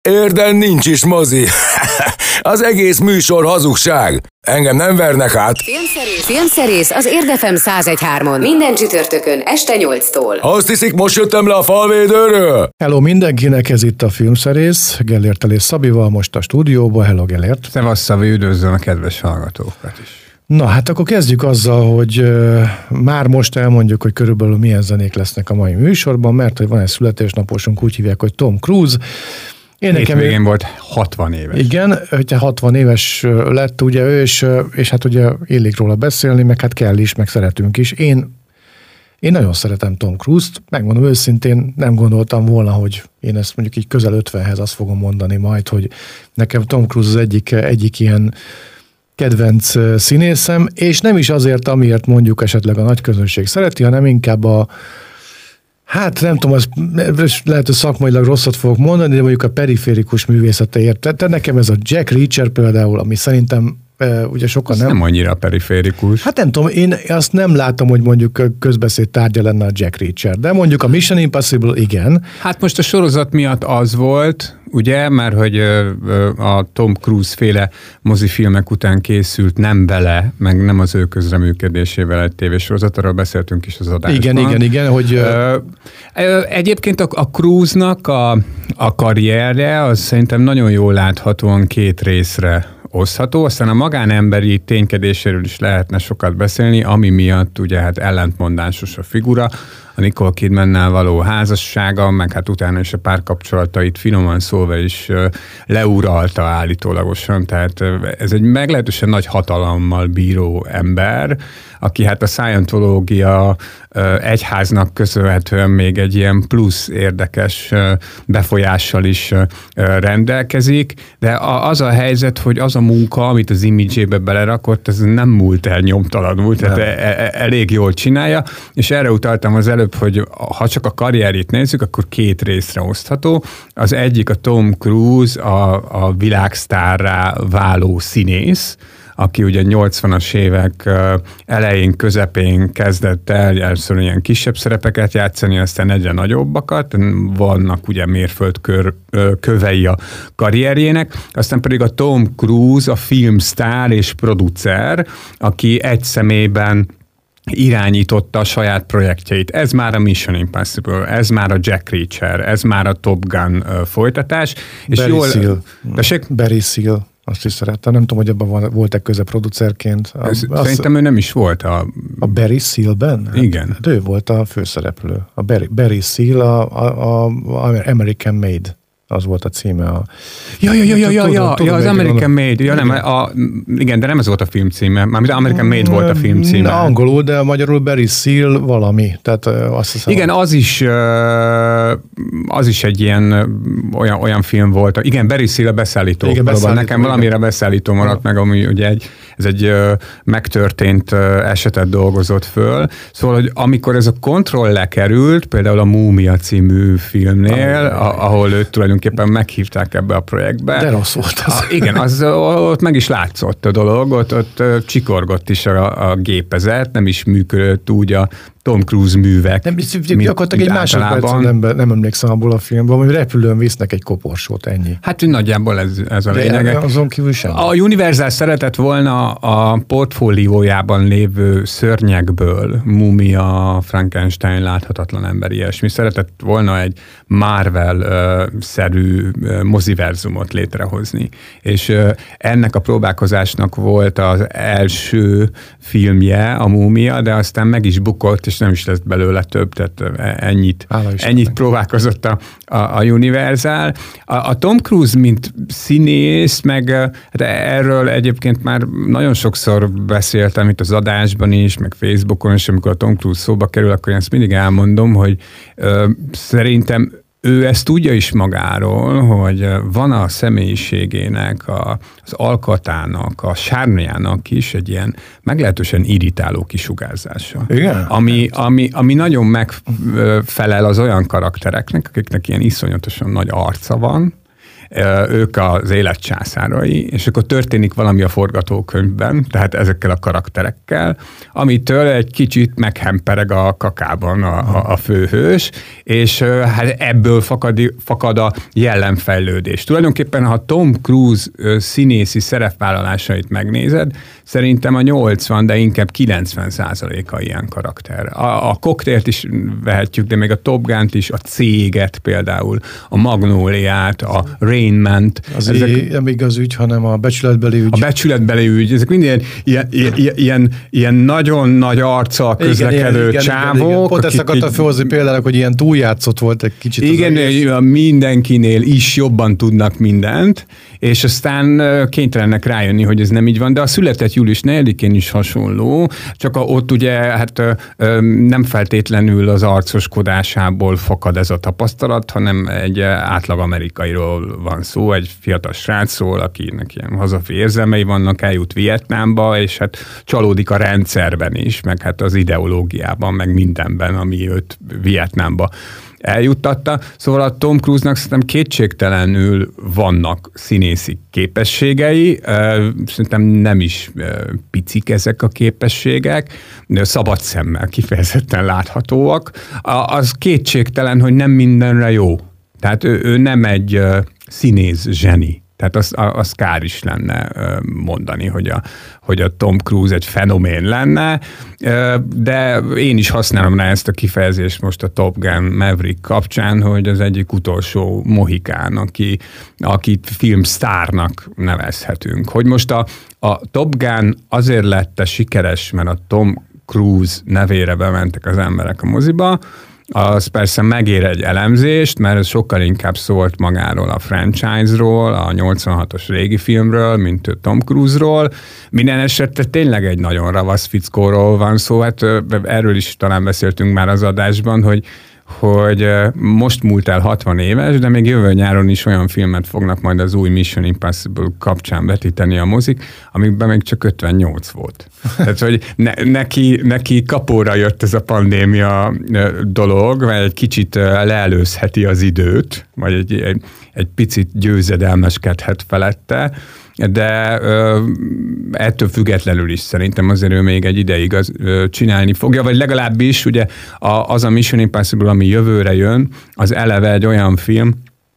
Érden nincs is mozi. Az egész műsor hazugság. Engem nem vernek át. Filmszerész az Érd FM 101.3-on. Minden csütörtökön este 8-tól. Azt hiszik, most jöttem le a falvédőről? Hello mindenkinek, ez itt a Filmszerész. Gellérttel és Szabival most a stúdióba. Hello Gellért. Szevasz Szabi, üdvözlöm a kedves hallgatókat is. Na hát akkor kezdjük azzal, hogy már most elmondjuk, hogy körülbelül milyen zenék lesznek a mai műsorban, mert hogy van egy születésnaposunk, úgy hívják, hogy Tom Cruise. Hétvégén volt 60 éves. Igen, hogy 60 éves lett ugye ő, és hát ugye illik róla beszélni, meg hát kell is, meg szeretünk is. Én nagyon szeretem Tom Cruise-t, megmondom őszintén, nem gondoltam volna, hogy én ezt mondjuk így közel 50-hez azt fogom mondani majd, hogy nekem Tom Cruise az egyik ilyen kedvenc színészem, és nem is azért, amiért mondjuk esetleg a nagy közönség szereti, hanem inkább hát nem tudom, lehet, hogy szakmailag rosszat fogok mondani, de mondjuk a periférikus művészeteért. Tehát nekem ez a Jack Reacher például, ami szerintem ugye sokan nem annyira periférikus. Hát nem tudom, én azt nem látom, hogy mondjuk közbeszéd tárgya lenne a Jack Reacher, de mondjuk a Mission Impossible igen. Hát most a sorozat miatt az volt, ugye, mert hogy a Tom Cruise féle mozifilmek után készült nem vele, meg nem az ő közreműködésével egy tévésorozat, arról beszéltünk is az adásban. Igen, hogy... Egyébként a Cruise-nak a karrierje az szerintem nagyon jól láthatóan két részre osztható, aztán a magánemberi ténykedéséről is lehetne sokat beszélni, ami miatt ugye hát ellentmondásos a figura, a Nicole Kidmannel való házassága, meg hát utána is a párkapcsolatait finoman szólva is leuralta állítólagosan, tehát ez egy meglehetősen nagy hatalommal bíró ember, aki hát a Scientológia egyháznak köszönhetően még egy ilyen plusz érdekes befolyással is rendelkezik, de az a helyzet, hogy az a munka, amit az imidzsébe belerakott, ez nem múlt el nyomtalanul, tehát elég jól csinálja, és erre utaltam az előbb, hogy ha csak a karrierét nézzük, akkor két részre osztható. Az egyik a Tom Cruise, a világsztárrá váló színész, aki ugye 80-as évek elején, közepén kezdett el először ilyen kisebb szerepeket játszani, aztán egyre nagyobbakat, vannak ugye mérföldkövei a karrierjének, aztán pedig a Tom Cruise, a filmsztár és producer, aki egy személyben irányította a saját projektjeit. Ez már a Mission Impossible, ez már a Jack Reacher, ez már a Top Gun folytatás. Barry Seal. Azt is szerettem. Nem tudom, hogy abban volt-e köze producerként. Szerintem ő nem is volt a Barry Seal-ben? Igen. Hát ő volt a főszereplő. A Barry Seal, a American Made. Az volt a címe. Az American Made. Ja, nem, igen, de nem ez volt a film címe. Mármint American Made volt a film címe. Angolul, de magyarul Barry Seal valami. Tehát azt hiszem. Igen, az is egy ilyen olyan film volt. Igen, Barry Seal a beszállító. Nekem valamire beszállító maradt meg, ami ugye ez egy megtörtént esetet dolgozott föl. Szóval, hogy amikor ez a kontroll lekerült, például a Múmia című filmnél, ahol őt tulajdonképpen meghívták ebbe a projektbe. De rossz volt az. Igen, ott meg is látszott a dolog, ott csikorgott is a gépezet, nem is működött úgy a Tom Cruise művek. Nem, gyakorlatilag egy másodpercen nem emlékszem abból a filmben, hogy repülőn visznek egy koporsót, ennyi. Hát nagyjából ez a lényeg. Azon kívül sem. A Universal szeretett volna a portfóliójában lévő szörnyekből, Múmia, Frankenstein, láthatatlan ember, ilyesmi. Szeretett volna egy Marvel-szerű moziverzumot létrehozni. És ennek a próbálkozásnak volt az első filmje, a Múmia, de aztán meg is bukott, és nem is lett belőle több, tehát ennyit próbálkozott a Universal. A Tom Cruise, mint színész, meg hát erről egyébként már nagyon sokszor beszéltem itt az adásban is, meg Facebookon is, amikor a Tom Cruise szóba kerül, akkor én ezt mindig elmondom, hogy szerintem ő ezt tudja is magáról, hogy van a személyiségének, az alkatának, a sármjának is egy ilyen meglehetősen irritáló kisugárzása. Igen? Ami nagyon megfelel az olyan karaktereknek, akiknek ilyen iszonyatosan nagy arca van, ők az élet császárai, és akkor történik valami a forgatókönyvben, tehát ezekkel a karakterekkel, amitől egy kicsit meghempereg a kakában a főhős, és hát ebből fakad a jellemfejlődés. Tulajdonképpen, ha Tom Cruise színészi szerepvállalásait megnézed, szerintem a 80, de inkább 90%-a ilyen karakter. A Cocktailt is vehetjük, de még a Top Gun-t is, a Céget például, a Magnóliát, a Rain Man-t. Nem igaz ügy, hanem a becsületbeli ügy. A becsületbeli ügy, ezek mind ilyen nagyon nagy arccal közlekedő csávók. Igen. Pont ezt akartam felhozni például, hogy ilyen túljátszott volt egy kicsit. Igen, mindenkinél is jobban tudnak mindent, és aztán kénytelenek rájönni, hogy ez nem így van, de a Született július 4-én is hasonló, csak ott ugye hát nem feltétlenül az arcoskodásából fakad ez a tapasztalat, hanem egy átlag amerikairól van szó, egy fiatal srácról, akinek ilyen hazafi érzelmei vannak, eljut Vietnámba, és hát csalódik a rendszerben is, meg hát az ideológiában, meg mindenben, ami őt Vietnámba eljuttatta. Szóval a Tom Cruise-nak szerintem kétségtelenül vannak színészi képességei, szerintem nem is picik ezek a képességek, de szabad szemmel kifejezetten láthatóak. Az kétségtelen, hogy nem mindenre jó. Tehát ő nem egy színész zseni. Tehát az kár is lenne mondani, hogy a Tom Cruise egy fenomén lenne, de én is használom rá ezt a kifejezést most a Top Gun Maverick kapcsán, hogy az egyik utolsó mohikán, akit filmsztárnak nevezhetünk. Hogy most a Top Gun azért lett sikeres, mert a Tom Cruise nevére bementek az emberek a moziba, az persze megér egy elemzést, mert ez sokkal inkább szólt magáról a franchise-ról, a 86-os régi filmről, mint Tom Cruise-ról. Minden esetre tényleg egy nagyon ravasz fickóról van szó, hát erről is talán beszéltünk már az adásban, hogy most múlt el 60 éves, de még jövő nyáron is olyan filmet fognak majd az új Mission Impossible kapcsán vetíteni a mozik, amikben még csak 58 volt. Tehát, hogy neki kapóra jött ez a pandémia dolog, mert egy kicsit leelőzheti az időt, vagy egy picit győzedelmeskedhet felette, de ettől függetlenül is szerintem azért ő még egy ideig csinálni fogja, vagy legalábbis ugye az a Mission Impossible, ami jövőre jön, az eleve egy olyan film,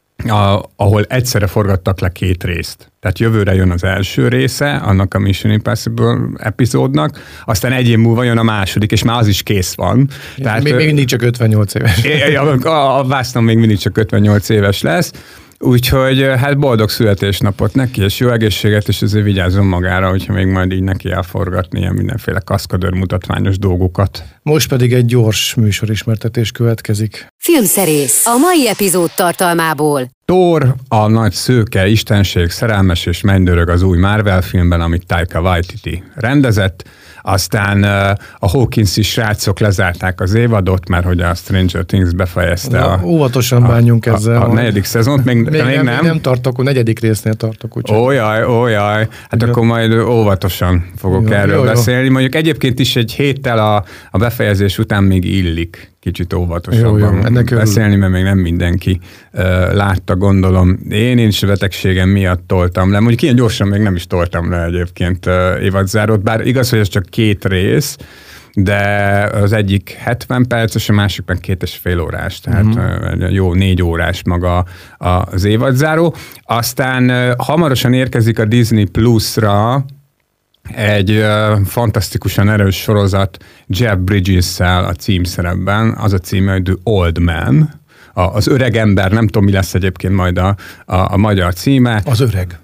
ahol egyszerre forgattak le 2 részt. Tehát jövőre jön az első része, annak a Mission Impossible epizódnak, aztán egy év múlva jön a második, és már az is kész van. Tehát, még mindig csak 58 éves. A vásznom még mindig csak 58 éves lesz. Úgyhogy hát boldog születésnapot neki, és jó egészséget, és azért vigyázzon magára, hogyha még majd így neki elforgatni ilyen mindenféle kaszkadőr mutatványos dolgokat. Most pedig egy gyors műsorismertetés következik. Filmszerész a mai epizód tartalmából. Thor, a nagy szőke istenség, szerelmes és mennydörög az új Marvel filmben, amit Taika Waititi rendezett. Aztán a Hawkins-i srácok lezárták az évadot, mert hogy a Stranger Things befejezte óvatosan bánjunk ezzel. A 4. szezont, még nem tartok, a 4. résznél tartok. Ójaj, hát akkor majd óvatosan fogok erről beszélni. Mondjuk egyébként is egy héttel a befejezés után még illik kicsit óvatosabban beszélni, mert még nem mindenki látta, gondolom. Én is betegségem miatt toltam le. Mondjuk ilyen gyorsan még nem is toltam le egyébként évadzárót, bár igaz, hogy ez csak 2 rész, de az egyik 70 perces, a másik meg 2,5 órás, tehát jó 4 órás maga az évadzáró. Aztán hamarosan érkezik a Disney Plus-ra egy fantasztikusan erős sorozat Jeff Bridges-szel a címszerepben, az a címe, hogy The Old Man, az öreg ember, nem tudom, mi lesz egyébként majd a magyar címe. Az öreg.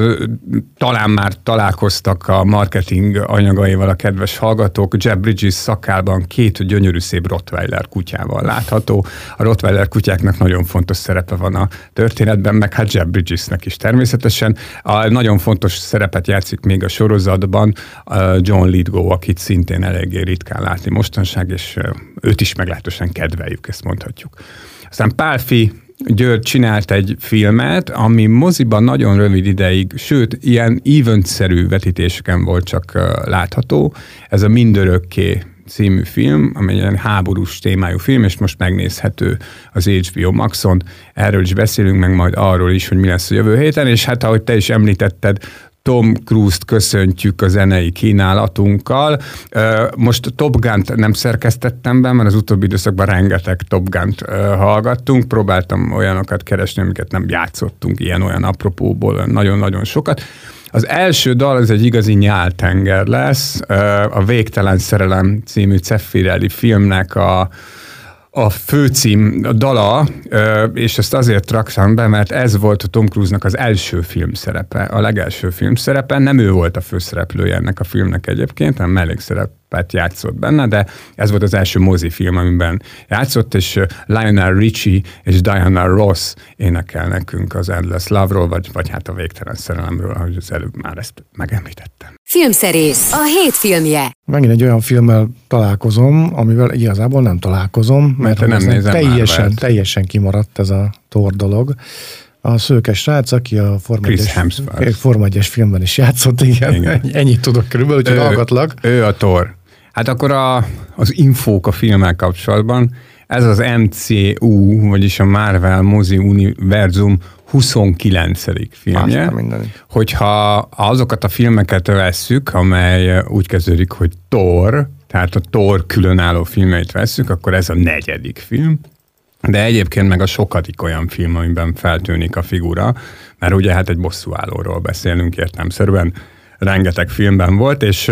Talán már találkoztak a marketing anyagaival a kedves hallgatók. Jeff Bridges szakálban 2 gyönyörű szép Rottweiler kutyával látható. A Rottweiler kutyáknak nagyon fontos szerepe van a történetben, meg hát Jeff Bridgesnek is természetesen. Nagyon fontos szerepet játszik még a sorozatban John Lithgow, akit szintén eléggé ritkán látni mostanság, és őt is meglehetősen kedveljük, ezt mondhatjuk. Aztán Pálfi György csinált egy filmet, ami moziban nagyon rövid ideig, sőt, ilyen event-szerű vetítéseken volt csak látható. Ez a Mindörökké című film, ami egy ilyen háborús témájú film, és most megnézhető az HBO Maxon. Erről is beszélünk, meg majd arról is, hogy mi lesz a jövő héten, és hát ahogy te is említetted, Tom Cruise-t köszöntjük a zenei kínálatunkkal. Most Top Gun-t nem szerkesztettem be, mert az utóbbi időszakban rengeteg Top Gun-t hallgattunk. Próbáltam olyanokat keresni, amiket nem játszottunk ilyen-olyan apropóból, nagyon-nagyon sokat. Az első dal az egy igazi nyáltenger lesz. A Végtelen szerelem című Zeffirelli filmnek a főcím a dala, és ezt azért raktam be, mert ez volt a Tom Cruise-nak az első filmszerepe, a legelső filmszerepe. Nem ő volt a főszereplője ennek a filmnek egyébként, hanem mellékszerepet játszott benne, de ez volt az első mozifilm, amiben játszott, és Lionel Richie és Diana Ross énekel nekünk az Endless Love-ról, vagy hát a Végtelen szerelemről, ahogy az előbb már ezt megemlítettem. Filmszerész, a hét filmje. Megint egy olyan filmmel találkozom, amivel igazából nem találkozom, mert nem teljesen kimaradt ez a Thor dolog. A szőke srác, aki a Forma 1-es filmben is játszott, igen. Ennyit tudok körülbelül, úgyhogy hallgatlak. Ő a Thor. Hát akkor az infók a filmmel kapcsolatban, ez az MCU, vagyis a Marvel mozi univerzum 29. filmje. Hogyha azokat a filmeket vesszük, amely úgy kezdődik, hogy Thor, tehát a Thor különálló filmeit vesszük, akkor ez a 4. film. De egyébként meg a sokadik olyan film, amiben feltűnik a figura, mert ugye hát egy bosszúállóról beszélünk értelemszerűen, rengeteg filmben volt, és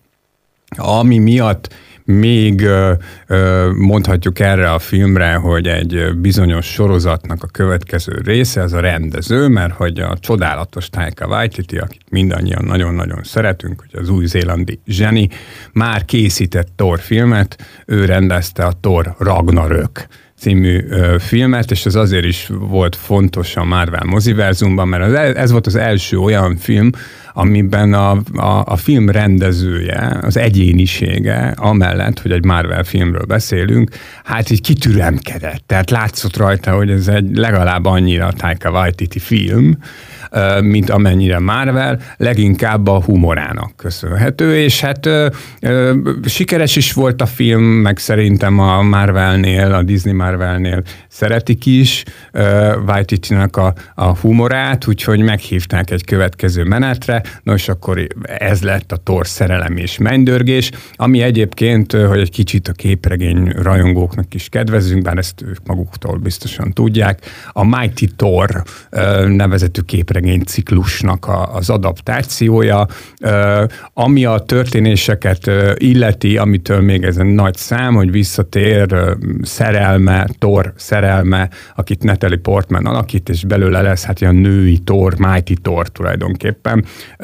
ami miatt még mondhatjuk erre a filmre, hogy egy bizonyos sorozatnak a következő része, ez a rendező, mert hogy a csodálatos Taika Waititi, akit mindannyian nagyon-nagyon szeretünk, hogy az új-zélandi zseni, már készített Thor filmet, ő rendezte a Thor Ragnarök című filmet, és ez azért is volt fontos a Marvel moziverzumban, mert ez volt az első olyan film, amiben a film rendezője, az egyénisége, amellett, hogy egy Marvel filmről beszélünk, hát így kitüremkedett. Tehát látszott rajta, hogy ez egy legalább annyira Taika Waititi film, mint amennyire Marvel, leginkább a humorának köszönhető, és hát sikeres is volt a film, meg szerintem a Marvelnél, a Disney Marvelnél szeretik is Waititinak a humorát, úgyhogy meghívták egy következő menetre, nos akkor ez lett a Thor szerelem és mennydörgés, ami egyébként, hogy egy kicsit a képregény rajongóknak is kedvezzünk, bár ezt ők maguktól biztosan tudják, a Mighty Thor nevezetű képregény ciklusnak az adaptációja, ami a történéseket illeti, amitől még ez egy nagy szám, hogy visszatér szerelme, Thor szerelme, akit Natalie Portman alakít, és belőle lesz hát ilyen női Thor, Mighty Thor tulajdonképpen.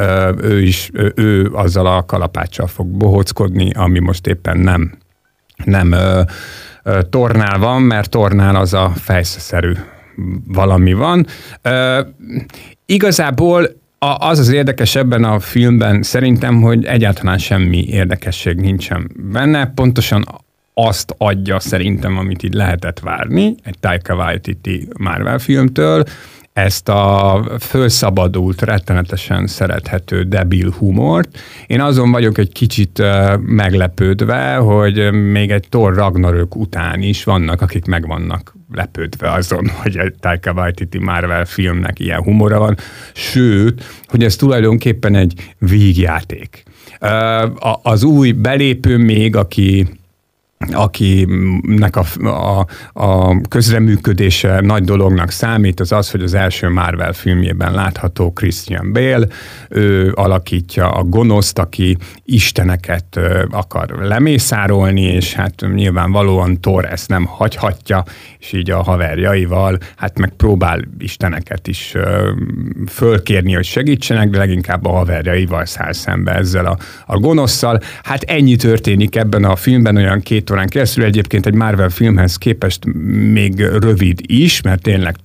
Ő azzal a kalapáccsal fog bohóckodni, ami most éppen nem Thornál van, mert Thornál az a fejszeszerű valami van. Igazából az érdekes ebben a filmben szerintem, hogy egyáltalán semmi érdekesség nincsen benne. Pontosan azt adja szerintem, amit így lehetett várni egy Taika Waititi Marvel filmtől, ezt a fölszabadult, rettenetesen szerethető debil humort. Én azon vagyok egy kicsit meglepődve, hogy még egy Thor Ragnarök után is vannak, akik meg vannak lepődve azon, hogy egy Taika Waititi Marvel filmnek ilyen humora van, sőt, hogy ez tulajdonképpen egy vígjáték. Az új belépő még, akinek a közreműködése nagy dolognak számít, az az, hogy az első Marvel filmjében látható Christian Bale, ő alakítja a gonoszt, aki isteneket akar lemészárolni, és hát nyilvánvalóan Thor ezt nem hagyhatja, és így a haverjaival hát megpróbál isteneket is fölkérni, hogy segítsenek, de leginkább a haverjaival száll szembe ezzel a gonosszal. Hát ennyi történik ebben a filmben, olyan 2 órán keresztül, egyébként egy Marvel filmhez képest még rövid is, mert tényleg csak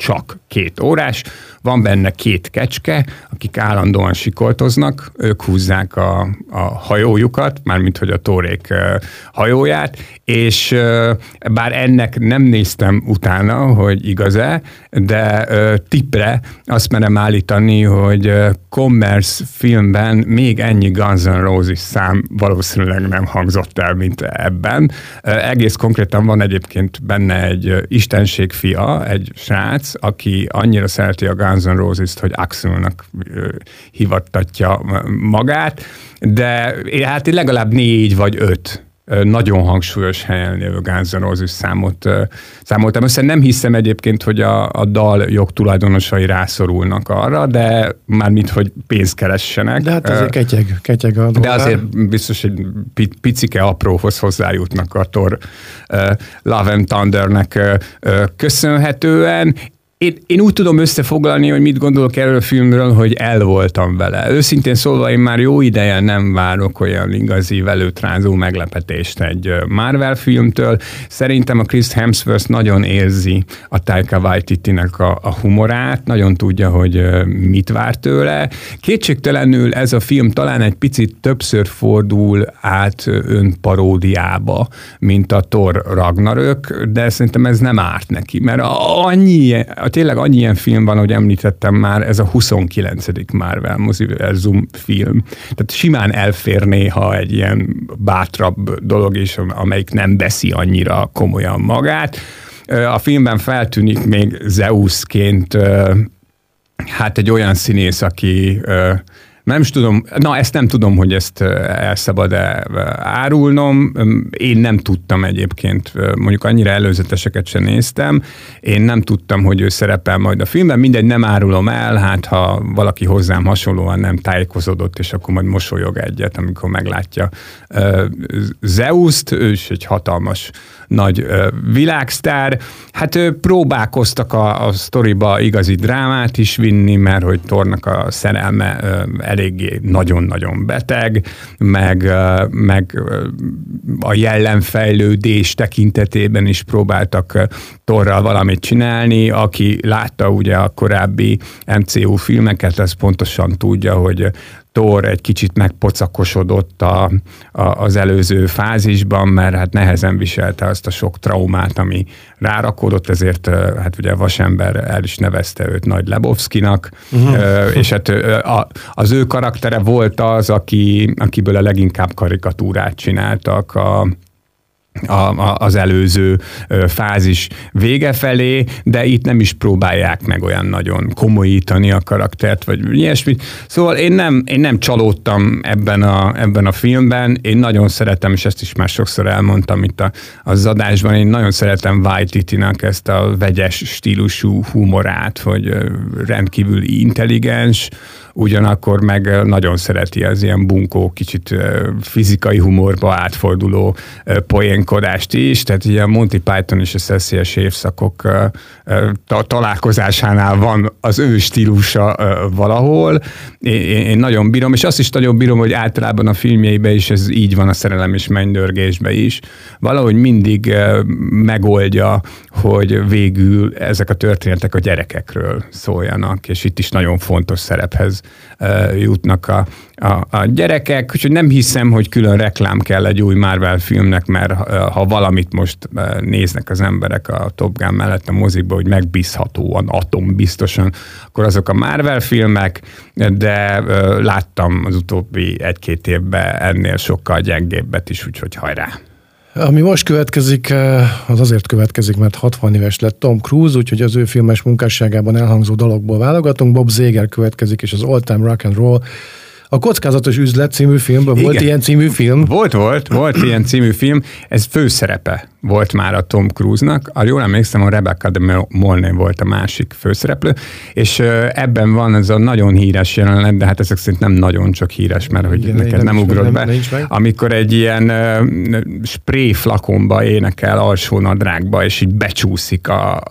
2 órás, van benne 2 kecske, akik állandóan sikoltoznak, ők húzzák a hajójukat, mármint hogy a Thorék hajóját, és bár ennek nem néztem utána, hogy igaz-e, de tippre azt merem állítani, hogy commerce filmben még ennyi Guns N' Roses szám valószínűleg nem hangzott el, mint ebben. Egész konkrétan van egyébként benne egy istenség fia, egy srác, aki annyira szereti a Guns N' Roses-t, hogy Axelnak hivattatja magát, de hát legalább 4 vagy 5 nagyon hangsúlyos helyen lévő Guns N' Roses számoltam össze. Nem hiszem egyébként, hogy a dal jogtulajdonosai rászorulnak arra, de mármint, hogy pénzt keressenek. De hát azért ketyeg a dolgál. De azért biztos, hogy picike apróhoz hozzájutnak a Thor Love and Thundernek köszönhetően. Én úgy tudom összefoglalni, hogy mit gondolok erről a filmről, hogy el voltam vele. Őszintén szólva én már jó ideje nem várok olyan igazi velőtrázó meglepetést egy Marvel filmtől. Szerintem a Chris Hemsworth nagyon érzi a Taika Waititi-nek a humorát, nagyon tudja, hogy mit vár tőle. Kétségtelenül ez a film talán egy picit többször fordul át önparódiába, mint a Thor Ragnarök, de szerintem ez nem árt neki, mert tényleg annyi ilyen film van, ahogy említettem már, ez a 29. Marvel moziverzum film. Tehát simán elfér néha egy ilyen bátrabb dolog is, amelyik nem veszi annyira komolyan magát. A filmben feltűnik még Zeusként hát egy olyan színész, aki nem is tudom, ezt nem tudom, hogy ezt el szabad-e árulnom. Én nem tudtam egyébként, mondjuk annyira előzeteseket sem néztem, én nem tudtam, hogy ő szerepel majd a filmben, mindegy, nem árulom el, hát ha valaki hozzám hasonlóan nem tájékozódott, és akkor majd mosolyog egyet, amikor meglátja Zeuszt, ő is egy hatalmas nagy világsztár. Hát próbálkoztak a sztoriba igazi drámát is vinni, mert hogy Thornak a szerelme eléggé nagyon-nagyon beteg, meg a jellemfejlődés tekintetében is próbáltak Thorral valamit csinálni. Aki látta ugye a korábbi MCU filmeket, az pontosan tudja, hogy Thor egy kicsit megpocakosodott az előző fázisban, mert hát nehezen viselte azt a sok traumát, ami rárakódott, ezért hát ugye a Vasember el is nevezte őt Nagy Lebowskinak, és hát az ő karaktere volt az, akiből a leginkább karikatúrát csináltak az előző fázis vége felé, de itt nem is próbálják meg olyan nagyon komolyítani a karaktert, vagy ilyesmit. Szóval én nem csalódtam ebben a filmben, én nagyon szeretem, és ezt is már sokszor elmondtam itt az adásban, én nagyon szeretem Waititi-nak ezt a vegyes stílusú humorát, hogy rendkívül intelligens, ugyanakkor meg nagyon szereti az ilyen bunkó, kicsit fizikai humorba átforduló poénkodást is, tehát ugye a Monty Python és a szeszélyes évszakok találkozásánál van az ő stílusa valahol. Én nagyon bírom, és azt is nagyon bírom, hogy általában a filmjeiben is ez így van, a Szerelem és mennydörgésben is. Valahogy mindig megoldja, hogy végül ezek a történetek a gyerekekről szóljanak, és itt is nagyon fontos szerephez jutnak a gyerekek, úgyhogy nem hiszem, hogy külön reklám kell egy új Marvel filmnek, mert ha valamit most néznek az emberek a Top Gun mellett a mozikba, hogy megbízhatóan, atombiztosan, akkor azok a Marvel filmek, de láttam az utóbbi 1-2 évben ennél sokkal gyengébbet is, úgyhogy hajrá! Ami most következik, az azért következik, mert 60 éves lett Tom Cruise, úgyhogy az ő filmes munkásságában elhangzó dalokból válogatunk. Bob Seger következik, és az All Time Rock and Roll. A Kockázatos üzlet című filmben volt ilyen című film? Volt ilyen című film. Ez főszerepe volt már a Tom Cruise-nak. Jól emlékszem, a Rebecca de Mornay volt a másik főszereplő, és ebben van ez a nagyon híres jelenet, de hát ezek szerint nem nagyon csak híres, mert hogy neked nem ugrott be. Amikor egy ilyen spray flakonba énekel alsónadrágba, és így becsúszik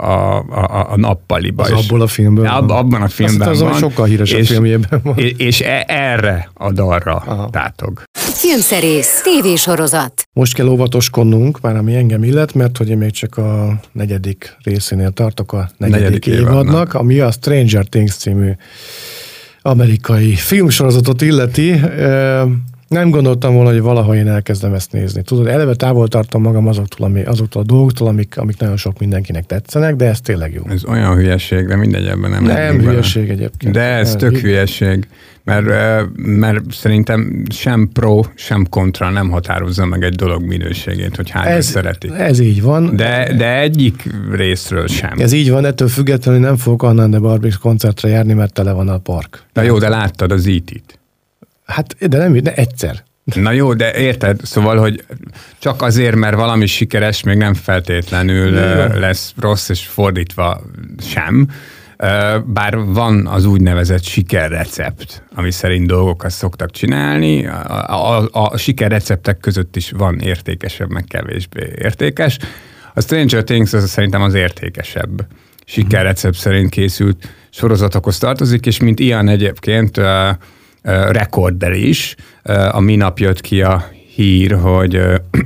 a nappaliba. Az abból a filmből abban a filmben van. Az sokkal híresebb filmjében van. És erre a dalra tátog. Filmszerész, tévésorozat. Most kell óvatoskodnunk, már ami engem illet, mert hogy én még csak a 4. részénél tartok a 4. évadnak, ami a Stranger Things című amerikai filmsorozatot illeti. Nem gondoltam volna, hogy valaha én elkezdem ezt nézni. Tudod, eleve távol tartom magam azoktól a dolgoktól, amik nagyon sok mindenkinek tetszenek, de ez tényleg jó. Ez olyan hülyeség, de mindegy, ebben nem hülyeség egyébként. De ez tök hülyeség, mert szerintem sem pro, sem kontra nem határozza meg egy dolog minőségét, hogy hányan szeretik. Ez így van. De egyik részről sem. Ez így van, ettől függetlenül nem fogok Anna de Barbie koncertre járni, mert tele van a park. Na jó, de láttad az E.T.-t? Hát, de egyszer. Na jó, de érted? Szóval, hogy csak azért, mert valami sikeres, még nem feltétlenül lesz rossz, és fordítva sem. Bár van az úgynevezett sikerrecept, ami szerint dolgokat szoktak csinálni. A sikerreceptek között is van értékesebb, meg kevésbé értékes. A Stranger Things az szerintem az értékesebb sikerrecept szerint készült sorozatokhoz tartozik, és mint ilyen egyébként rekorddel is. A minap jött ki a hír, hogy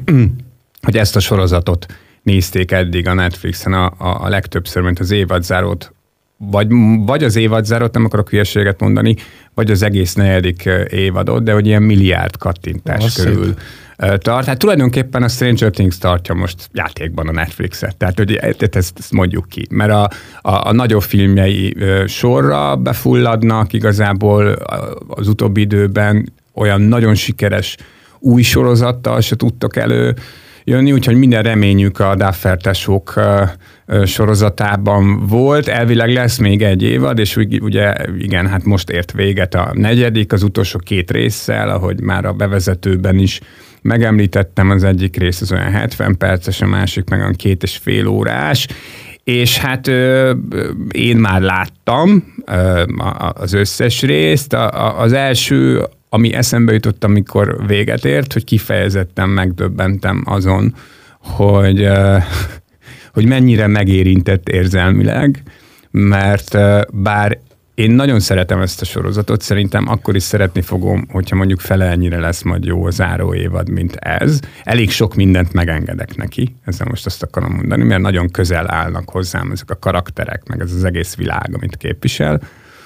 ezt a sorozatot nézték eddig a Netflixen a legtöbbször, mint az évadzárót, vagy az évadzárót, nem akarok hülyeséget mondani, vagy az egész 4. évadot, de hogy ilyen milliárd kattintás körül tart. Hát tulajdonképpen a Stranger Things tartja most játékban a Netflixet. Tehát, hogy ezt mondjuk ki. Mert a nagyobb filmjei sorra befulladnak, igazából az utóbbi időben olyan nagyon sikeres új sorozattal se tudtak előjönni, úgyhogy minden reményük a Duffer tesók sorozatában volt. Elvileg lesz még egy évad, és ugye igen, hát most ért véget a 4., az utolsó 2 résszel, ahogy már a bevezetőben is megemlítettem, az egyik rész az olyan 70 perces, a másik meg olyan 2,5 órás, és hát én már láttam az összes részt. Az első, ami eszembe jutott, amikor véget ért, hogy kifejezetten megdöbbentem azon, hogy mennyire megérintett érzelmileg, mert bár én nagyon szeretem ezt a sorozatot, szerintem akkor is szeretni fogom, hogyha mondjuk fele ennyire lesz majd jó a záró évad, mint ez. Elég sok mindent megengedek neki, ezzel most azt akarom mondani, mert nagyon közel állnak hozzám ezek a karakterek, meg ez az egész világ, amit képvisel.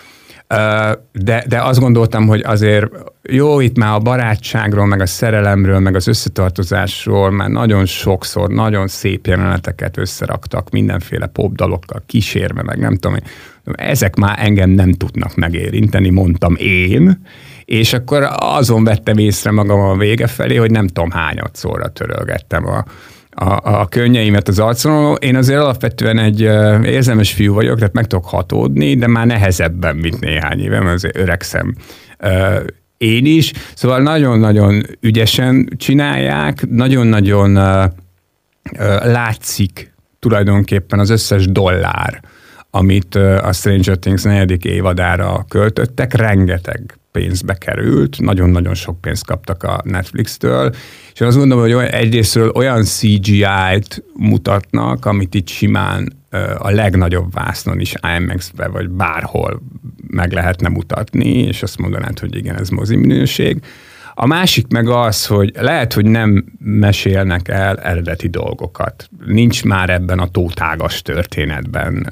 De azt gondoltam, hogy azért jó, itt már a barátságról, meg a szerelemről, meg az összetartozásról már nagyon sokszor, nagyon szép jeleneteket összeraktak, mindenféle popdalokkal kísérve, meg nem tudom, ezek már engem nem tudnak megérinteni, mondtam én, és akkor azon vettem észre magam a vége felé, hogy nem tudom hányadszorra törölgettem a könnyeimet az arcon. Én azért alapvetően egy érzelmes fiú vagyok, tehát meg tudok hatódni, de már nehezebben, mint néhány éve, mert azért öregszem én is. Szóval nagyon-nagyon ügyesen csinálják, nagyon-nagyon látszik tulajdonképpen az összes dollár, amit a Stranger Things 4. évadára költöttek, rengeteg pénzbe került, nagyon-nagyon sok pénzt kaptak a Netflix-től, és azt gondolom, hogy egyrésztről olyan CGI-t mutatnak, amit itt simán a legnagyobb vásznon is IMAX-be, vagy bárhol meg lehetne mutatni, és azt mondanád, hogy igen, ez mozi minőség. A másik meg az, hogy lehet, hogy nem mesélnek el eredeti dolgokat. Nincs már ebben a tótágas történetben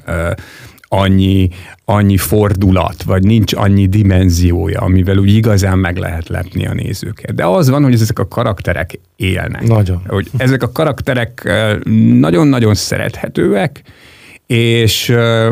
annyi fordulat, vagy nincs annyi dimenziója, amivel úgy igazán meg lehet lepni a nézőket. De az van, hogy ezek a karakterek élnek. Nagyon. Hogy ezek a karakterek nagyon-nagyon szerethetőek, és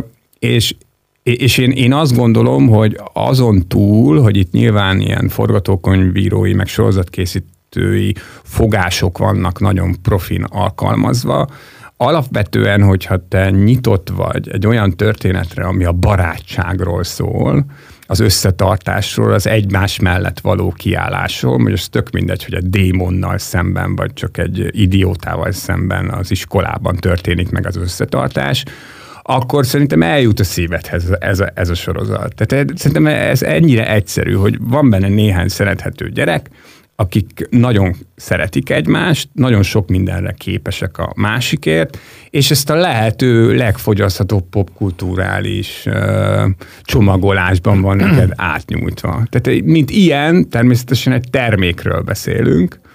én azt gondolom, hogy azon túl, hogy itt nyilván ilyen forgatókönyvírói, meg sorozatkészítői fogások vannak nagyon profin alkalmazva, alapvetően, hogyha te nyitott vagy egy olyan történetre, ami a barátságról szól, az összetartásról, az egymás mellett való kiállásról, hogy ez tök mindegy, hogy egy démonnal szemben, vagy csak egy idiótával szemben az iskolában történik meg az összetartás, akkor szerintem eljut a szívedhez ez a sorozat. Tehát szerintem ez ennyire egyszerű, hogy van benne néhány szerethető gyerek, akik nagyon szeretik egymást, nagyon sok mindenre képesek a másikért, és ezt a lehető legfogyaszthatóbb popkulturális csomagolásban van neked átnyújtva. Tehát mint ilyen, természetesen egy termékről beszélünk,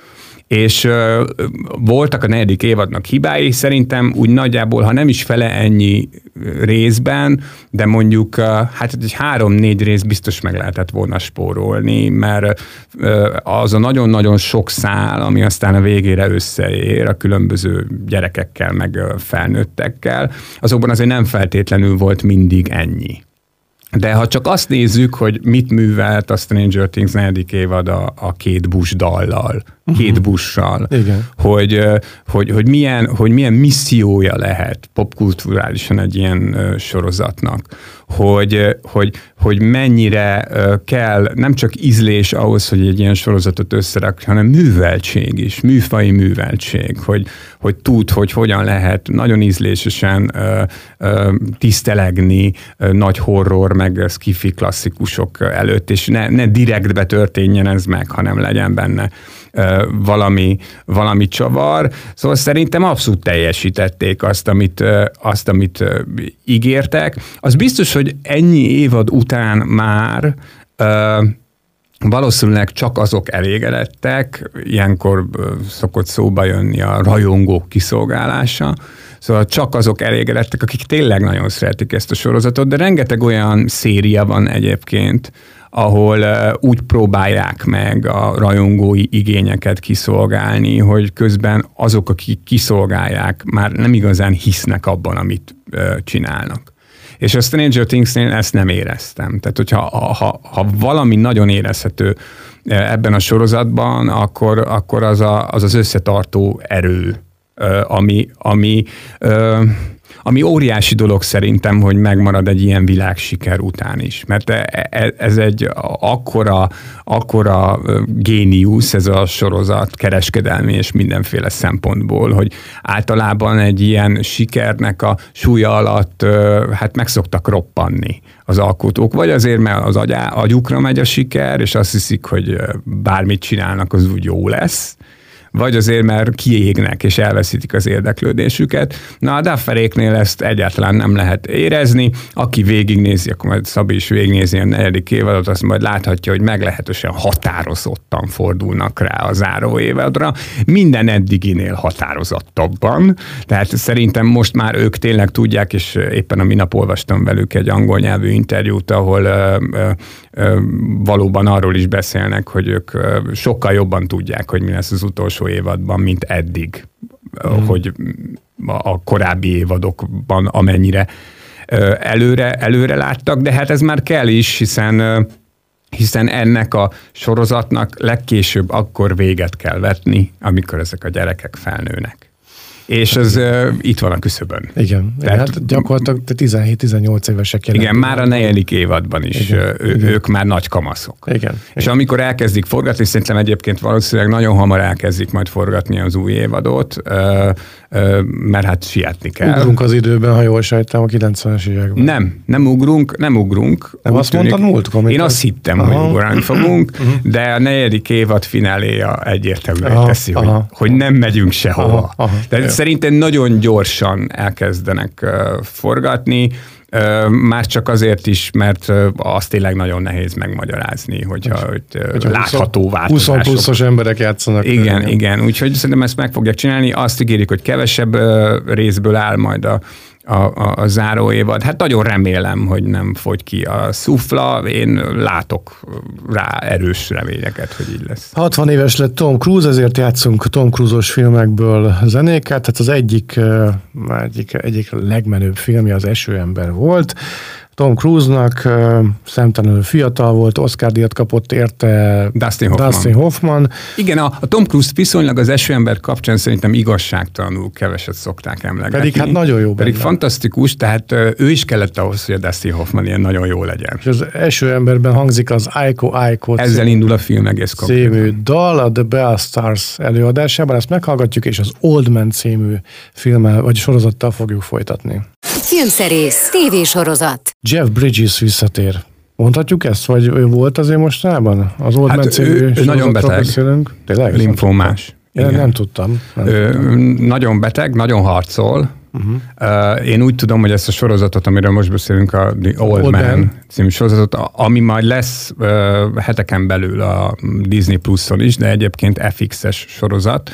És voltak a 4. évadnak hibái, szerintem úgy nagyjából, ha nem is fele ennyi részben, de mondjuk hát egy 3-4 rész biztos meg lehetett volna spórolni, mert az a nagyon-nagyon sok szál, ami aztán a végére összeér a különböző gyerekekkel, meg felnőttekkel, azokban azért nem feltétlenül volt mindig ennyi. De ha csak azt nézzük, hogy mit művelt a Stranger Things 4. évad a Kate Bush dallal, Kate Bush-sal, hogy milyen missziója lehet popkulturálisan egy ilyen sorozatnak, hogy mennyire kell nem csak ízlés ahhoz, hogy egy ilyen sorozatot összerak, hanem műveltség is, műfai műveltség, hogy tud, hogy hogyan lehet nagyon ízlésesen tisztelegni nagy horror, meg sci-fi klasszikusok előtt, és ne direktbe történjen ez meg, hanem legyen benne valami csavar. Szóval szerintem abszolút teljesítették azt, amit ígértek. Az biztos, hogy ennyi évad után már valószínűleg csak azok elégedettek, ilyenkor szokott szóba jönni a rajongók kiszolgálása, szóval csak azok elégedettek, akik tényleg nagyon szeretik ezt a sorozatot, de rengeteg olyan széria van egyébként, ahol úgy próbálják meg a rajongói igényeket kiszolgálni, hogy közben azok, akik kiszolgálják, már nem igazán hisznek abban, amit csinálnak. És a Stranger Things-nél ezt nem éreztem. Tehát, hogyha ha valami nagyon érezhető ebben a sorozatban, akkor az összetartó erő, ami óriási dolog szerintem, hogy megmarad egy ilyen világsiker után is. Mert ez egy akkora géniusz ez a sorozat kereskedelmi és mindenféle szempontból, hogy általában egy ilyen sikernek a súlya alatt hát meg szoktak roppanni az alkotók. Vagy azért, mert az agyukra megy a siker, és azt hiszik, hogy bármit csinálnak, az úgy jó lesz, vagy azért, mert kiégnek és elveszítik az érdeklődésüket. Na, a Dufferéknél ezt egyáltalán nem lehet érezni. Aki végignézi, akkor majd Szabi is végignézi a 4. évadot, azt majd láthatja, hogy meglehetősen határozottan fordulnak rá a záró évadra. Minden eddiginél határozottabban. Tehát szerintem most már ők tényleg tudják, és éppen a minap olvastam velük egy angol nyelvű interjút, ahol valóban arról is beszélnek, hogy ők sokkal jobban tudják, hogy mi lesz az utolsó évadban, mint eddig, hogy a korábbi évadokban amennyire előre láttak, de hát ez már kell is, hiszen ennek a sorozatnak legkésőbb akkor véget kell vetni, amikor ezek a gyerekek felnőnek. És ez itt van a küszöbön. Igen, tehát, hát gyakorlatilag 17-18 évesek jelentik. Igen, már a 4. évadban is ők már nagy kamaszok. Igen. És amikor elkezdik forgatni, szerintem egyébként valószínűleg nagyon hamar elkezdik majd forgatni az új évadot, mert hát sietni kell. Ugrunk az időben, ha jól sejtem, a 90-es években. Nem ugrunk. Nem azt mondtad múltkor? Én azt hittem, hogy ugrani fogunk, de a 4. évad fináléja egyértelműen teszi, hogy nem megyünk sehova. Tehát szerintem nagyon gyorsan elkezdenek forgatni, már csak azért is, mert azt tényleg nagyon nehéz megmagyarázni, hogyha látható változások. 20 pluszos emberek játszanak. Igen, úgyhogy szerintem ezt meg fogják csinálni. Azt ígérik, hogy kevesebb részből áll majd a záró évad. Hát nagyon remélem, hogy nem fogy ki a szufla. Én látok rá erős reményeket, hogy így lesz. 60 éves lett Tom Cruise, ezért játszunk Tom Cruise-os filmekből zenéket. Tehát az egyik legmenőbb filmje az Esőember volt. Tom Cruise-nak szemtelenül fiatal volt, Oscar-díjat kapott érte Dustin Hoffman. Igen, a Tom Cruise viszonylag az Esőember kapcsán szerintem igazságtalanul keveset szokták emlegetni. Pedig hát nagyon jó Pedig benne. Fantasztikus, tehát ő is kellett ahhoz, hogy a Dustin Hoffman ilyen nagyon jó legyen. És az Esőemberben hangzik az Aiko ezzel indul a film egész konkrétan. Című dal a The Bell Stars előadásában, ezt meghallgatjuk, és az Old Man című filmmel, vagy sorozattal fogjuk folytatni. Filmszerész, tévésorozat. Jeff Bridges visszatér. Mondhatjuk ezt, vagy ő volt azért mostanában? Az Old Man című nagyon beteg. Tényleg? Limfomás. Én nem tudtam. Nagyon beteg, nagyon harcol, Én úgy tudom, hogy ezt a sorozatot, amiről most beszélünk, a The Old Man című sorozatot, ami majd lesz heteken belül a Disney Pluson is, de egyébként FX-es sorozat,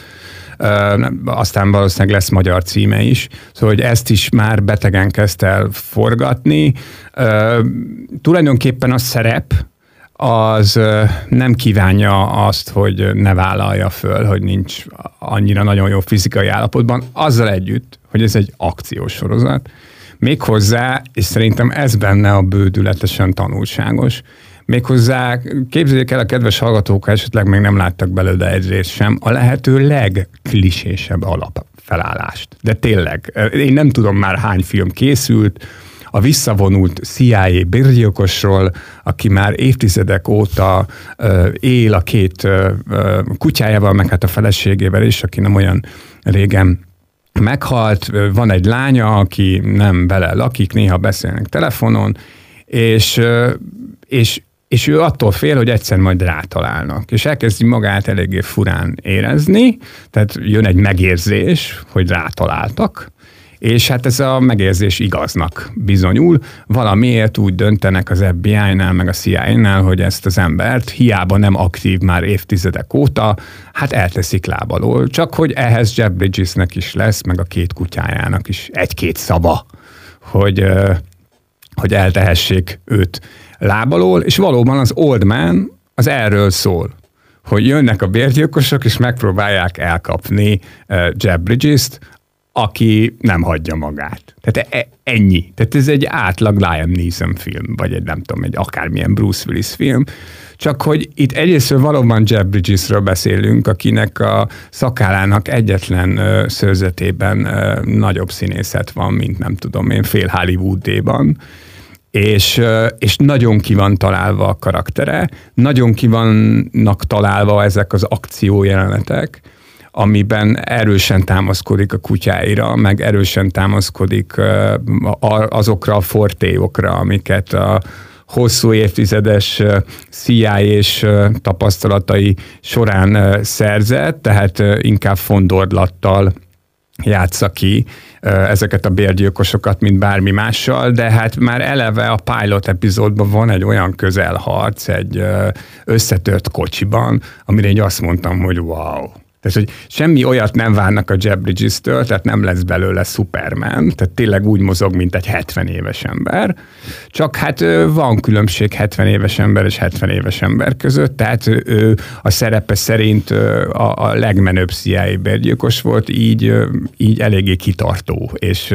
aztán valószínűleg lesz magyar címe is, szóval hogy ezt is már betegen kezdte el forgatni. Tulajdonképpen a szerep az nem kívánja azt, hogy ne vállalja föl, hogy nincs annyira nagyon jó fizikai állapotban, azzal együtt, hogy ez egy akciós sorozat. Méghozzá, és szerintem ez benne a bődületesen tanulságos, méghozzá képzeljék el a kedves hallgatók, esetleg még nem láttak belőle egy részt sem, a lehető legklisésebb alapfelállást. De tényleg, én nem tudom már hány film készült, a visszavonult CIA bérgyilkosról, aki már évtizedek óta él a két kutyájával, meg hát a feleségével is, aki nem olyan régen meghalt. Van egy lánya, aki nem vele lakik, néha beszélnek telefonon, és ő attól fél, hogy egyszer majd rátalálnak. És elkezdi magát eléggé furán érezni, tehát jön egy megérzés, hogy rátaláltak, és hát ez a megérzés igaznak bizonyul. Valamiért úgy döntenek az FBI-nál, meg a CIA-nál, hogy ezt az embert hiába nem aktív már évtizedek óta, hát elteszik láb alól. Csak hogy ehhez Jeff Bridgesnek is lesz, meg a két kutyájának is egy-két szava, hogy eltehessék őt láb alól, és valóban az Old Man az erről szól, hogy jönnek a bérgyilkosok, és megpróbálják elkapni Jeff Bridges-t, aki nem hagyja magát. Tehát ennyi. Tehát ez egy átlag Liam Neeson film, vagy egy nem tudom, egy akármilyen Bruce Willis film, csak hogy itt egyrészt valóban Jeff Bridgesről beszélünk, akinek a szakállának egyetlen szőrzetében nagyobb színészet van, mint nem tudom én, fél Hollywoodéban, és nagyon ki van találva a karaktere, nagyon ki vannak találva ezek az akciójelenetek, amiben erősen támaszkodik a kutyáira, meg erősen támaszkodik azokra a fortéokra, amiket a hosszú évtizedes CIA-s tapasztalatai során szerzett, tehát inkább fondorlattal játsza ki ezeket a bérgyilkosokat, mint bármi mással, de hát már eleve a pilot epizódban van egy olyan közelharc, egy összetört kocsiban, amire így azt mondtam, hogy wow. Tehát, hogy semmi olyat nem várnak a Jeff Bridges-től, tehát nem lesz belőle Superman, tehát tényleg úgy mozog, mint egy 70 éves ember, csak hát van különbség 70 éves ember és 70 éves ember között, tehát ő a szerepe szerint a legmenőbb CIA bérgyilkos volt, így eléggé kitartó, és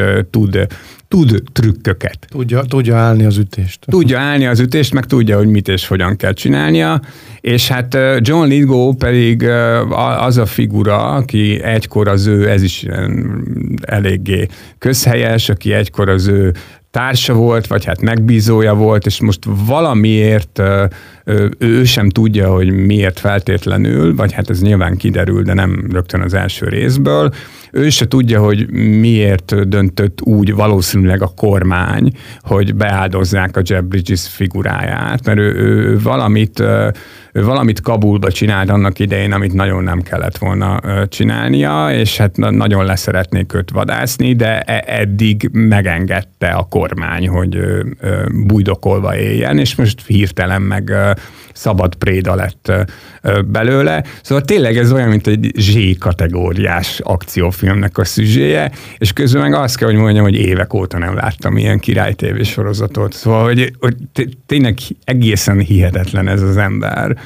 tud trükköket. Tudja állni az ütést. Tudja állni az ütést, meg tudja, hogy mit és hogyan kell csinálnia, és hát John Lithgow pedig az a figura, aki egykor az ő, ez is eléggé közhelyes, aki egykor az ő társa volt, vagy hát megbízója volt, és most valamiért ő sem tudja, hogy miért feltétlenül, vagy hát ez nyilván kiderül, de nem rögtön az első részből. Ő se tudja, hogy miért döntött úgy valószínűleg a kormány, hogy beáldozzák a Jeff Bridges figuráját, mert ő valamit Kabulba csinált annak idején, amit nagyon nem kellett volna csinálnia, és hát nagyon leszeretnék őt vadászni, de eddig megengedte a kormány, hogy bujdokolva éljen, és most hirtelen meg szabad préda lett belőle. Szóval tényleg ez olyan, mint egy Z-kategóriás akciófilmnek a szüzséje, és közben meg azt kell, hogy mondjam, hogy évek óta nem láttam ilyen Király TV sorozatot. Szóval, hogy tényleg egészen hihetetlen ez az ember,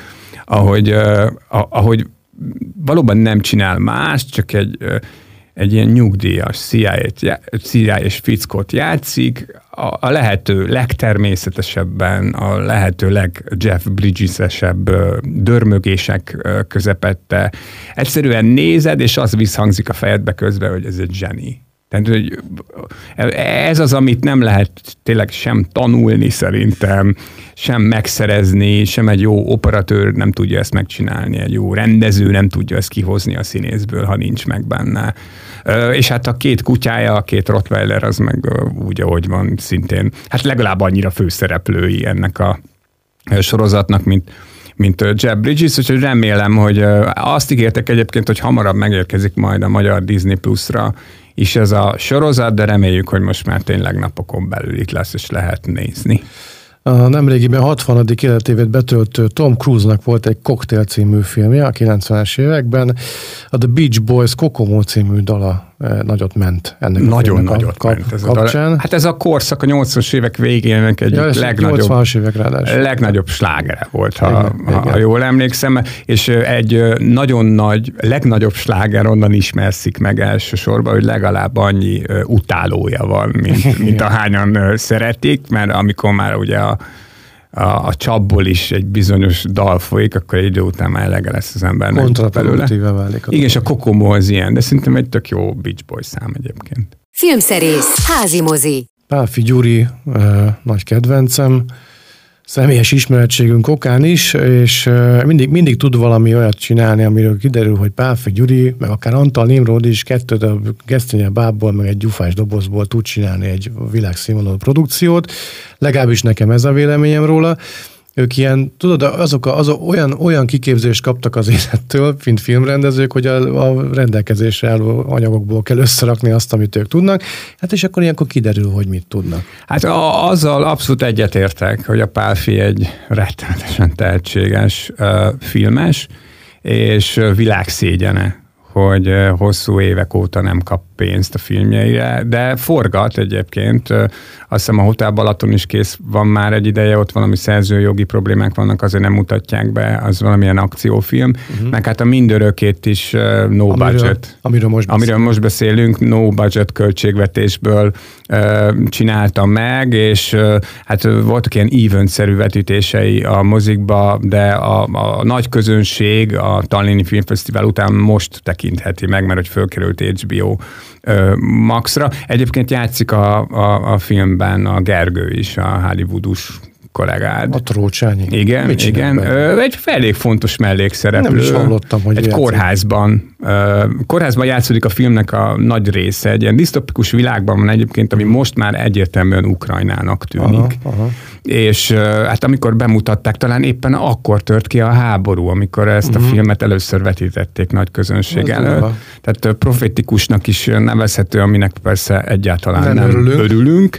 ahogy valóban nem csinál más, csak egy ilyen nyugdíjas CIA-s fickót játszik, a lehető legtermészetesebben, a lehető leg-Jeff Bridges-esebb dörmögések közepette. Egyszerűen nézed, és az visszhangzik a fejedbe közben, hogy ez egy zseni. Tehát, hogy ez az, amit nem lehet tényleg sem tanulni szerintem, sem megszerezni, sem egy jó operatőr nem tudja ezt megcsinálni, egy jó rendező nem tudja ezt kihozni a színészből, ha nincs meg benne. És hát a két kutyája, a két Rottweiler, az meg úgy, ahogy van szintén, hát legalább annyira főszereplői ennek a sorozatnak, mint Jeff Bridges, úgyhogy remélem, hogy azt ígértek egyébként, hogy hamarabb megérkezik majd a magyar Disney Plus-ra is ez a sorozat, de reméljük, hogy most már tényleg napokon belül itt lesz, és lehet nézni. A nemrégiben 60. életévét betöltő Tom Cruise-nak volt egy Cocktail című filmje a 90-es években. A The Beach Boys Kokomo című dala nagyot ment ennek a filmnek kapcsán. Hát ez a korszak a 80-as évek végének egy legnagyobb slágere volt, ha jól emlékszem, és egy nagyon nagy, legnagyobb sláger onnan ismerszik meg elsősorban, hogy legalább annyi utálója van, mint ahányan szeretik, mert amikor már ugye a csapból is egy bizonyos dal folyik, akkor egy idő után már elege lesz az embernek. Kontraproduktíve válik. Igen, és a Kokomo az ilyen, de szerintem egy tök jó Beach Boys szám egyébként. Filmszerész, házi mozi. Pálffy Gyuri nagy kedvencem, személyes ismerettségünk okán is, és mindig tud valami olyat csinálni, amiről kiderül, hogy Pálffy Gyuri, meg akár Antal Nimród is 2 darab gesztenye bábból, meg egy gyufás dobozból tud csinálni egy világszínvonalú produkciót. Legalábbis nekem ez a véleményem róla. Ők ilyen, tudod, olyan kiképzést kaptak az élettől, mint filmrendezők, hogy a rendelkezésre álló anyagokból kell összerakni azt, amit ők tudnak, hát és akkor ilyenkor kiderül, hogy mit tudnak. Hát azzal abszolút egyetértek, hogy a Pálffy egy rettenetesen tehetséges filmes, és világszégyene, hogy hosszú évek óta nem kap pénzt a filmjeire, de forgat egyébként. Azt hiszem a Hotel Balaton is kész van már egy ideje, ott valami szerzőjogi problémák vannak, azért nem mutatják be, az valamilyen akciófilm. Meg hát a Mindörökét is no budget. Amiről most beszélünk, no budget költségvetésből csinálta meg, és hát voltak ilyen event-szerű vetítései a mozikba, de a nagy közönség a Tallini Filmfesztivál után most tekintheti meg, mert hogy fölkerült HBO Maxra. Egyébként játszik a filmben a Gergő is, a hollywoodus kollégád. A Trócsányi. Igen. Egy elég fontos mellékszereplő. Nem is hallottam, hogy egy kórházban. Kórházban játszódik a filmnek a nagy része. Egy ilyen disztopikus világban van egyébként, ami most már egyértelműen Ukrajnának tűnik. Aha. És hát amikor bemutatták, talán éppen akkor tört ki a háború, amikor ezt a filmet először vetítették nagy közönség előtt. Tehát profetikusnak is nevezhető, aminek persze egyáltalán nem örülünk.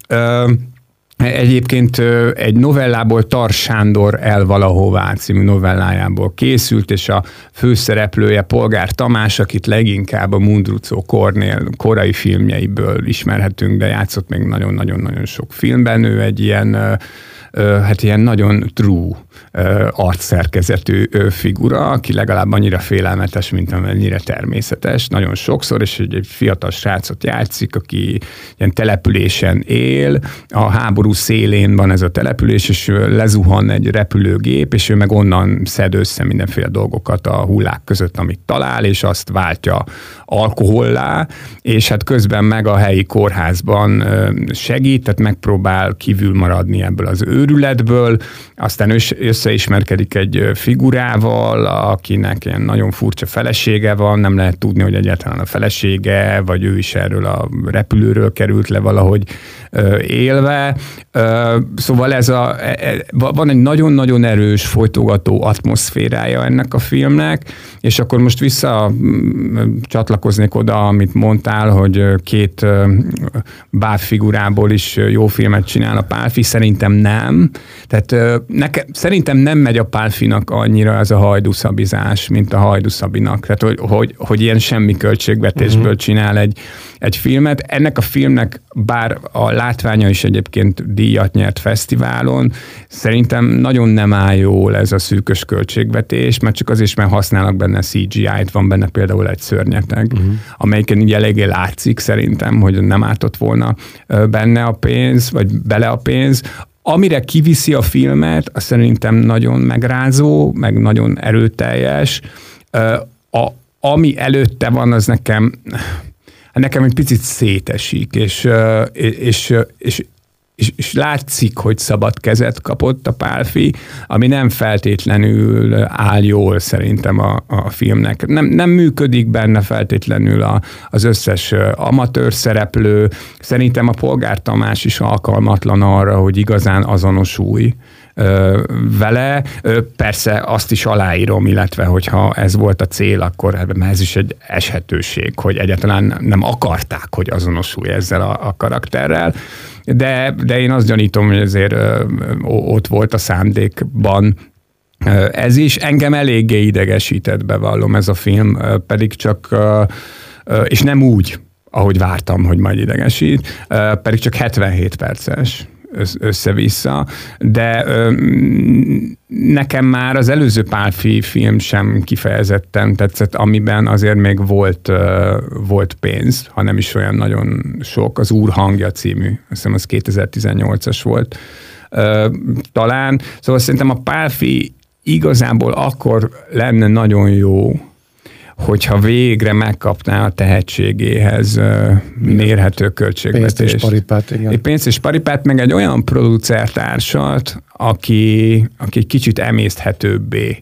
Egyébként egy novellából Tar Sándor El valahová című novellájából készült, és a főszereplője Polgár Tamás, akit leginkább a Mundruczó Kornél korai filmjeiből ismerhetünk, de játszott még nagyon-nagyon sok filmben. Ő egy ilyen ilyen nagyon true arcszerkezetű figura, aki legalább annyira félelmetes, mint amennyire természetes, nagyon sokszor, és egy fiatal srácot játszik, aki ilyen településen él, a háború szélén van ez a település, és lezuhan egy repülőgép, és ő meg onnan szed össze mindenféle dolgokat a hullák között, amit talál, és azt váltja alkohollá, és hát közben meg a helyi kórházban segít, tehát megpróbál kívül maradni ebből az őrületből, aztán összeismerkedik egy figurával, akinek ilyen nagyon furcsa felesége van, nem lehet tudni, hogy egyáltalán a felesége, vagy ő is erről a repülőről került le valahogy élve. Szóval van egy nagyon-nagyon erős, folytogató atmoszférája ennek a filmnek, és akkor most csatlakoznék oda, amit mondtál, hogy 2 bábfigurából is jó filmet csinál a Pálffy, szerintem nem. Tehát szerintem nem megy a Pálffynak annyira ez a hajdúszabizás, mint a Hajdúszabinak. Tehát, hogy ilyen semmi költségvetésből csinál egy filmet. Ennek a filmnek, bár a látványa is egyébként díjat nyert fesztiválon, szerintem nagyon nem áll jól ez a szűkös költségvetés, mert csak azért, mert használnak benne CGI-t, van benne például egy szörnyeteg, amelyiken így eléggé látszik szerintem, hogy nem ártott volna benne a pénz, vagy bele a pénz. Amire kiviszi a filmet, az szerintem nagyon megrázó, meg nagyon erőteljes. Ami előtte van, az nekem egy picit szétesik, és látszik, hogy szabad kezet kapott a Pálffy, ami nem feltétlenül áll jól szerintem a filmnek. Nem működik benne feltétlenül az összes amatőr szereplő. Szerintem a Polgár Tamás is alkalmatlan arra, hogy igazán azonosulj vele. Persze azt is aláírom, illetve hogyha ez volt a cél, akkor ez is egy eshetőség, hogy egyáltalán nem akarták, hogy azonosulj ezzel a karakterrel. De én azt gyanítom, hogy azért ott volt a szándékban ez is. Engem eléggé idegesített, bevallom, ez a film, pedig csak, és nem úgy, ahogy vártam, hogy majd idegesít, pedig csak 77 perces össze-vissza, de nekem már az előző Pálfi film sem kifejezetten tetszett, amiben azért még volt pénz, ha nem is olyan nagyon sok. Az Úr hangja című, azt hiszem az 2018-as volt talán. Szóval szerintem a Pálfi igazából akkor lenne nagyon jó, hogyha végre megkapná a tehetségéhez mérhető költségvetést. Pénzt és paripát, igen. Pénzt és paripát, meg egy olyan producertársat, aki kicsit emészthetőbbé,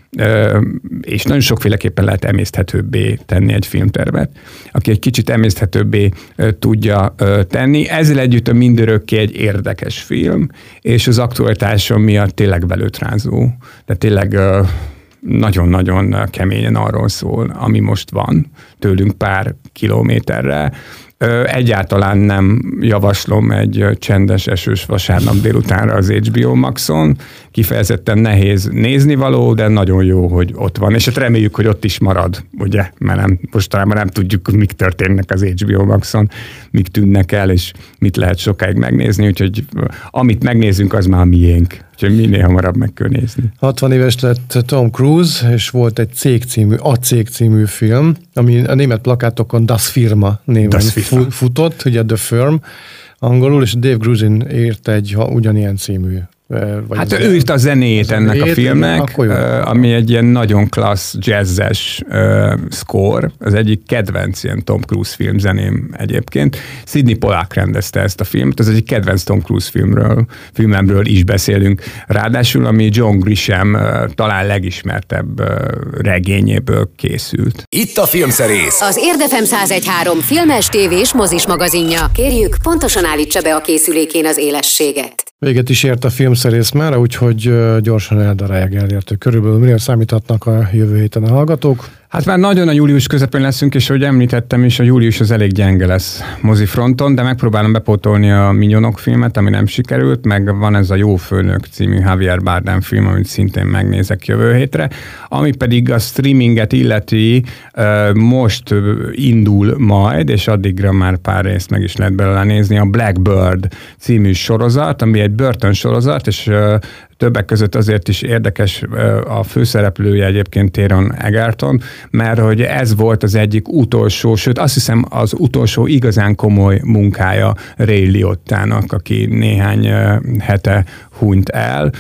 és nagyon sokféleképpen lehet emészthetőbbé tenni egy filmtervet, aki egy kicsit emészthetőbbé tudja tenni. Ezzel együtt a Mindörökké egy érdekes film, és az aktualitása miatt tényleg belőtrázó. De tényleg nagyon-nagyon keményen arról szól, ami most van, tőlünk pár kilométerre. Egyáltalán nem javaslom egy csendes, esős vasárnap délutánra az HBO Maxon. Kifejezetten nehéz néznivaló, de nagyon jó, hogy ott van. És hát reméljük, hogy ott is marad, ugye? Mert mostanában nem tudjuk, mik történnek az HBO Maxon, mik tűnnek el, és mit lehet sokáig megnézni. Úgyhogy amit megnézünk, az már miénk. Úgyhogy minél hamarabb meg kell nézni. 60 éves lett Tom Cruise, és volt egy A Cég című film, ami a német plakátokon Das Firma néven futott, ugye The Firm angolul, és Dave Grusin írt egy ugyanilyen című. Hát ő írt a zenét ennek a filmnek, ami egy ilyen nagyon klassz jazzes score, az egyik kedvenc ilyen Tom Cruise filmzeném egyébként. Sidney Pollack rendezte ezt a filmet, az egyik kedvenc Tom Cruise filmemről is beszélünk. Ráadásul, ami John Grisham talán legismertebb regényéből készült. Itt a Filmszerész. Az Érdefem 101.3 filmes, tévés, mozis magazinja. Kérjük, pontosan állítsa be a készülékén az élességet. Véget is ért a Filmszerész már, úgyhogy gyorsan eldarálják elértő. Körülbelül mire számíthatnak a jövő héten a hallgatók? Hát már nagyon a július közepén leszünk, és ahogy említettem is, a július az elég gyenge lesz mozifronton, de megpróbálom bepótolni a Minyonok filmet, ami nem sikerült, meg van ez a Jó főnök című Javier Bardem film, amit szintén megnézek jövő hétre. Ami pedig a streaminget illeti, most indul majd, és addigra már pár részt meg is lehet belőle nézni, a Blackbird című sorozat, ami egy börtönsorozat, és többek között azért is érdekes a főszereplője egyébként Taron Egerton, mert hogy ez volt az egyik utolsó, sőt azt hiszem az utolsó igazán komoly munkája Ray Liottának, aki néhány hete hunyt el.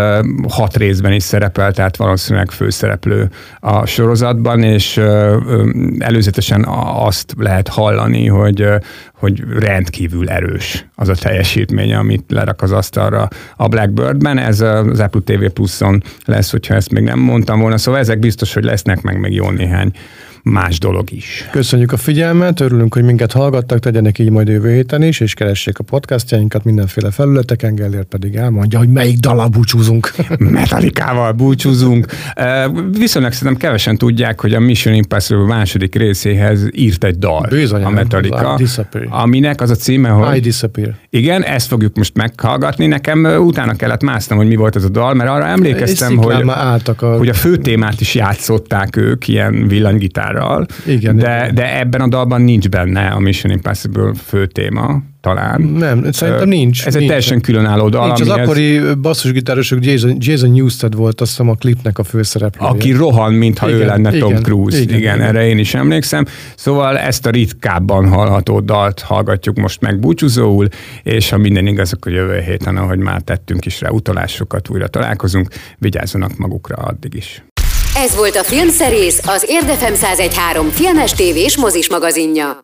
6 részben is szerepel, tehát valószínűleg főszereplő a sorozatban, és előzetesen azt lehet hallani, hogy rendkívül erős az a teljesítménye, amit lerak az asztalra a Blackbirdben. Ez az Apple TV Pluson lesz, hogyha ezt még nem mondtam volna. Szóval ezek biztos, hogy lesznek meg még jó néhány más dolog is. Köszönjük a figyelmet, örülünk, hogy minket hallgattak, tegyenek így majd jövő héten is, és keressék a podcastjainkat mindenféle felületeken, Gellért pedig elmondja, hogy melyik dallal búcsúzunk. Metallicával búcsúzunk. Viszonylag szerintem kevesen tudják, hogy a Mission Impossible második részéhez írt egy dal. Bizony, a Metallica, aminek az a címe, hogy... I Disappear. Igen, ezt fogjuk most meghallgatni. Nekem utána kellett másznom, hogy mi volt ez a dal, mert arra emlékeztem, hogy a főtémát is játszották ők ilyen villanygitár. Igen, de ebben a dalban nincs benne a Mission Impossible főtéma, talán. Nem, szerintem nincs. Ez egy teljesen különálló dal. Nincs, az akkori basszusgitárosok Jason Newsted volt, azt hiszem, a klipnek a főszereplője. Aki rohan, mintha ő lenne Tom Cruise. Igen, erre én is emlékszem. Szóval ezt a ritkábban hallható dalt hallgatjuk most meg búcsúzóul, és ha minden igaz, akkor jövő héten, ahogy már tettünk is rá utalásokat, újra találkozunk. Vigyázzanak magukra addig is. Ez volt a Filmszerész, az Érdefem 101.3 filmes, tévés, mozis magazinja.